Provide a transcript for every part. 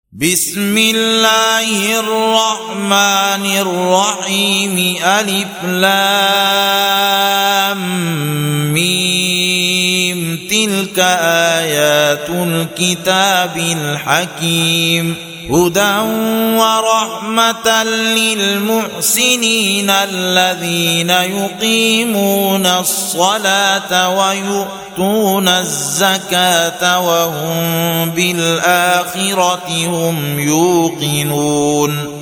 بسم الله الرحمن الرحيم ألف لام ميم تلك آيات الكتاب الحكيم هدى ورحمة للمحسنين الذين يقيمون الصلاة ويؤتون الزكاة وهم بالآخرة هم يوقنون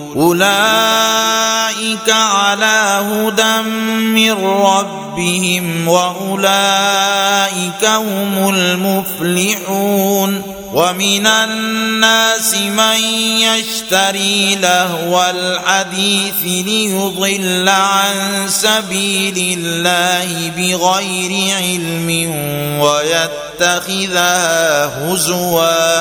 أولئك على هدى من ربهم وأولئك هم المفلحون ومن الناس من يشتري لهو الحديث ليضل عن سبيل الله بغير علم ويتخذها هزوا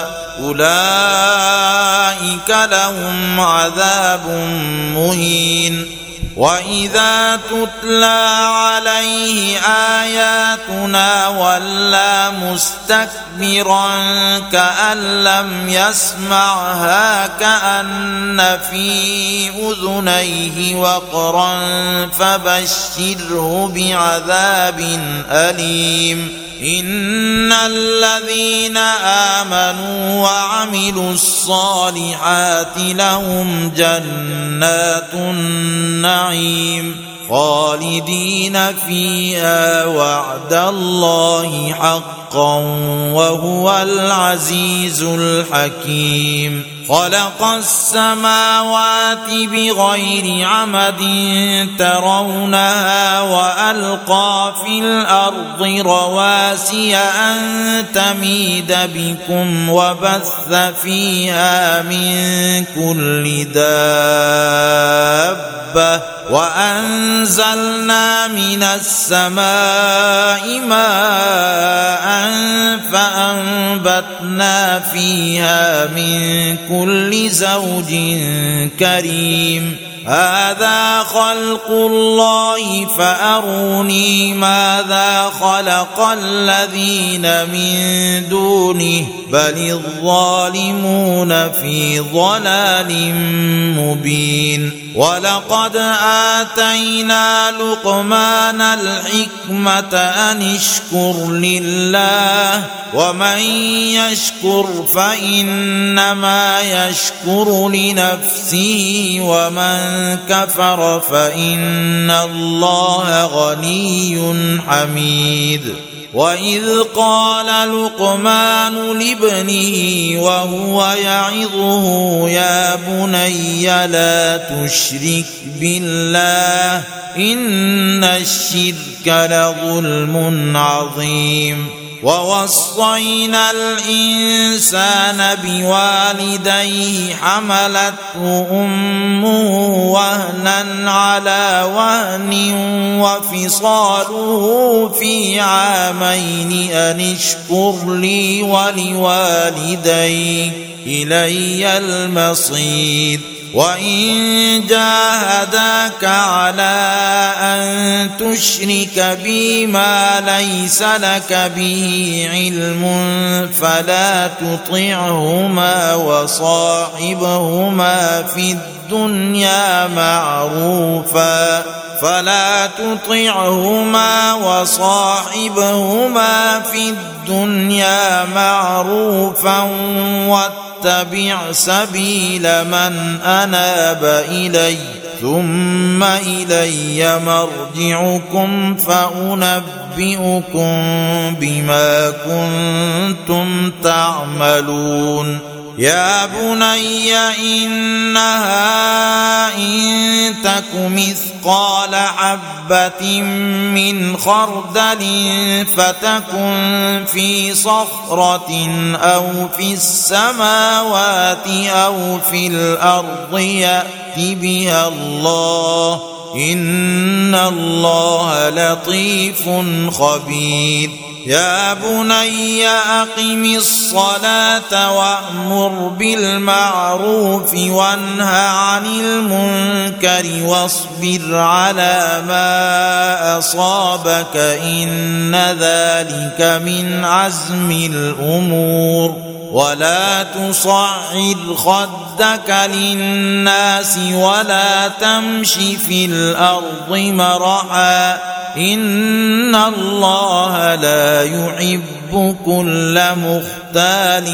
أولئك لهم عذاب مهين وإذا تتلى عليه آياتنا ولى مستكبرا كأن لم يسمعها كأن في أذنيه وقرا فبشره بعذاب أليم إن الذين آمنوا وعملوا الصالحات لهم جنات النعيم خالدين فيها وعد الله حقا وهو العزيز الحكيم خلق السماوات بغير عمد ترونها وألقى في الأرض رواسي أن تميد بكم وبث فيها من كل دابة وأنزلنا من السماء ماء فأنبتنا فيها من كل زوج كريم هذا خلق الله فأروني ماذا خلق الذين من دونه بل الظالمون في ضلال مبين ولقد آتينا لقمان الحكمة أن اشكر لله ومن يشكر فإنما يشكر لنفسه ومن كفر فإن الله غني حميد وإذ قال لقمان لابنه وهو يعظه يا بني لا تشرك بالله إن الشرك لظلم عظيم ووصينا الإنسان بوالديه حملته أمه وهنا على وهن وفصاله في عامين أن اشكر لي ولوالديك إلي المصير وإن جاهداك على أن تشرك بي ما ليس لك به علم فلا تطعهما وصاحبهما في الدنيا معروفا واتبع سبيل من أناب إلي ثم إلي مرجعكم فأنبئكم بما كنتم تعملون يا بني إنها إن تك مثقال حبة من خردل فتكن في صخرة أو في السماوات أو في الأرض يأت بها الله إن الله لطيف خبير يا بني أقم الصلاة وأمر بالمعروف وانه عن المنكر واصبر على ما أصابك إن ذلك من عزم الأمور ولا تصعد خدك للناس ولا تمش في الأرض مرحا إن الله لا يحب كل مختال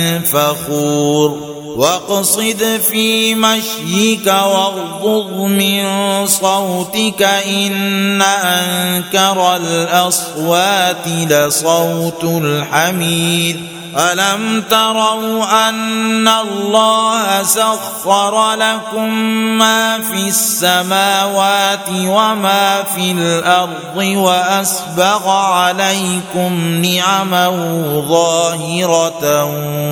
فخور واقصد في مشيك واغضض من صوتك إن أنكر الأصوات لصوت الحمير ألم تروا أن الله سخر لكم ما في السماوات وما في الأرض وأسبغ عليكم نعمه ظاهرة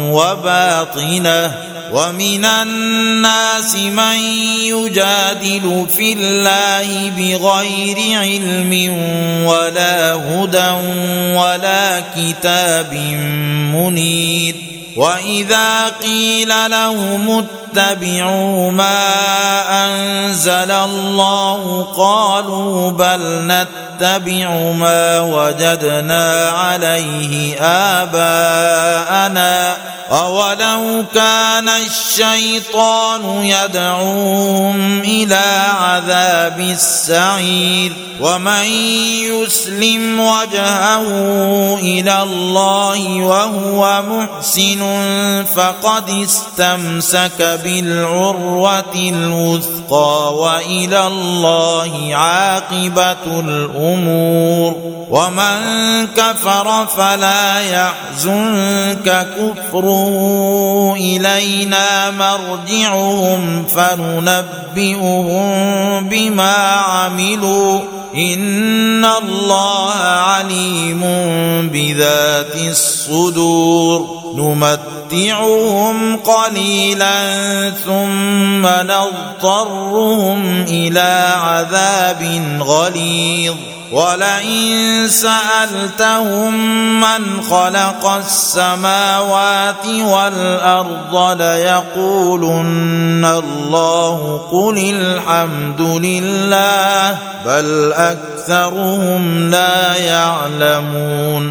وباطنة ومن الناس من يجادل في الله بغير علم ولا هدى ولا كتاب منير وإذا قيل لهم اتبعوا ما أنزل الله قالوا بل نتبع ما وجدنا عليه آباءنا أولو كان الشيطان يدعوهم إلى عذاب السعير ومن يسلم وجهه إلى الله وهو محسن فقد استمسك بالعروة الوثقى وإلى الله عاقبة الأمور ومن كفر فلا يحزنك كفره إلينا مرجعهم فننبئهم بما عملوا إن الله عليم بذات الصدور نمتعهم قليلا ثم نضطرهم إلى عذاب غليظ ولئن سألتهم من خلق السماوات والأرض ليقولن الله قل الحمد لله بل أكثرهم لا يعلمون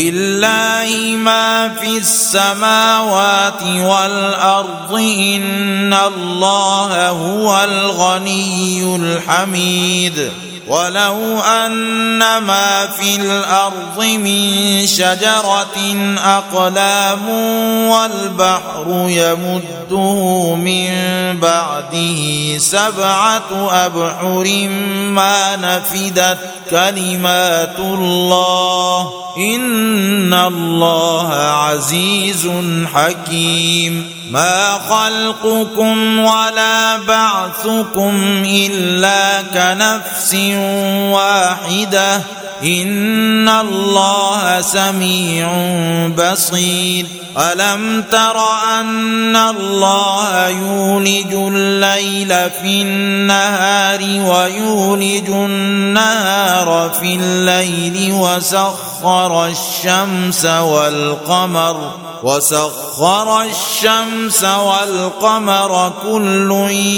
لله ما في السماوات والأرض إن الله هو الغني الحميد ولو أن ما في الأرض من شجرة أقلام والبحر يمده من بعده 7 أبحر ما نفدت كلمات الله إن الله عزيز حكيم ما خلقكم ولا بعثكم إلا كنفس واحدة إن الله سميع بصير ألم تر أن الله يولج الليل في النهار ويولج النهار في الليل وسخر الشمس والقمر كل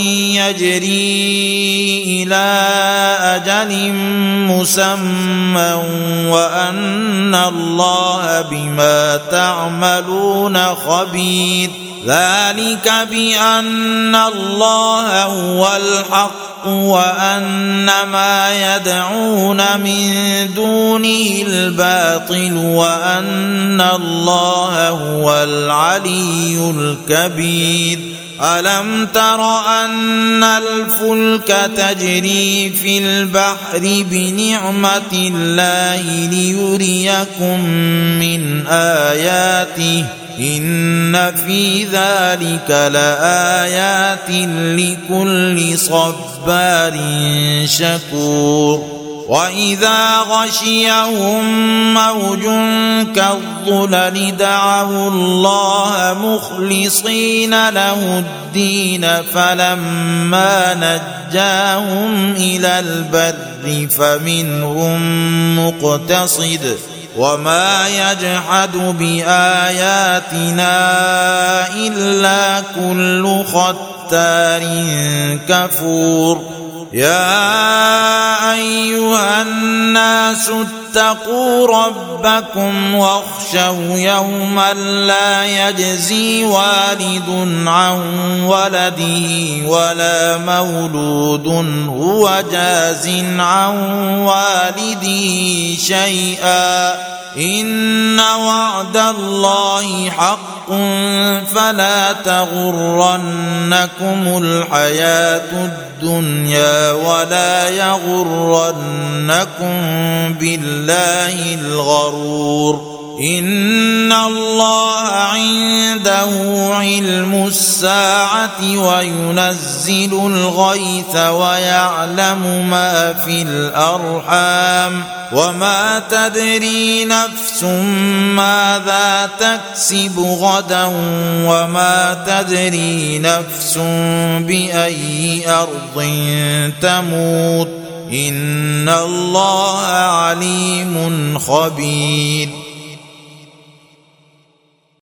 يجري إلى أجل مسمى وأن الله بما تعملون خبير ذلك بأن الله هو الحق وأن ما يدعون من دونه الباطل وأن الله هو العلي الكبير ألم تر أن الفلك تجري في البحر بنعمة الله ليريكم من آياته إن في ذلك لآيات لكل صبار شكور وإذا غشيهم موج كالظلل دعوا الله مخلصين له الدين فلما نجاهم إلى البر فمنهم مقتصد وما يجحد بآياتنا إلا كل ختار كفور يا أيها الناس فاتقوا ربكم واخشوا يوما لا يجزي والد عن ولده ولا مولود هو جاز عن والده شيئا إن وعد الله حق فلا تغرنكم الحياة الدنيا ولا يغرنكم بالله الغرور إن الله عنده علم الساعة وينزل الغيث ويعلم ما في الأرحام وما تدري نفس ماذا تكسب غدا وما تدري نفس بأي أرض تموت إن الله عليم خبير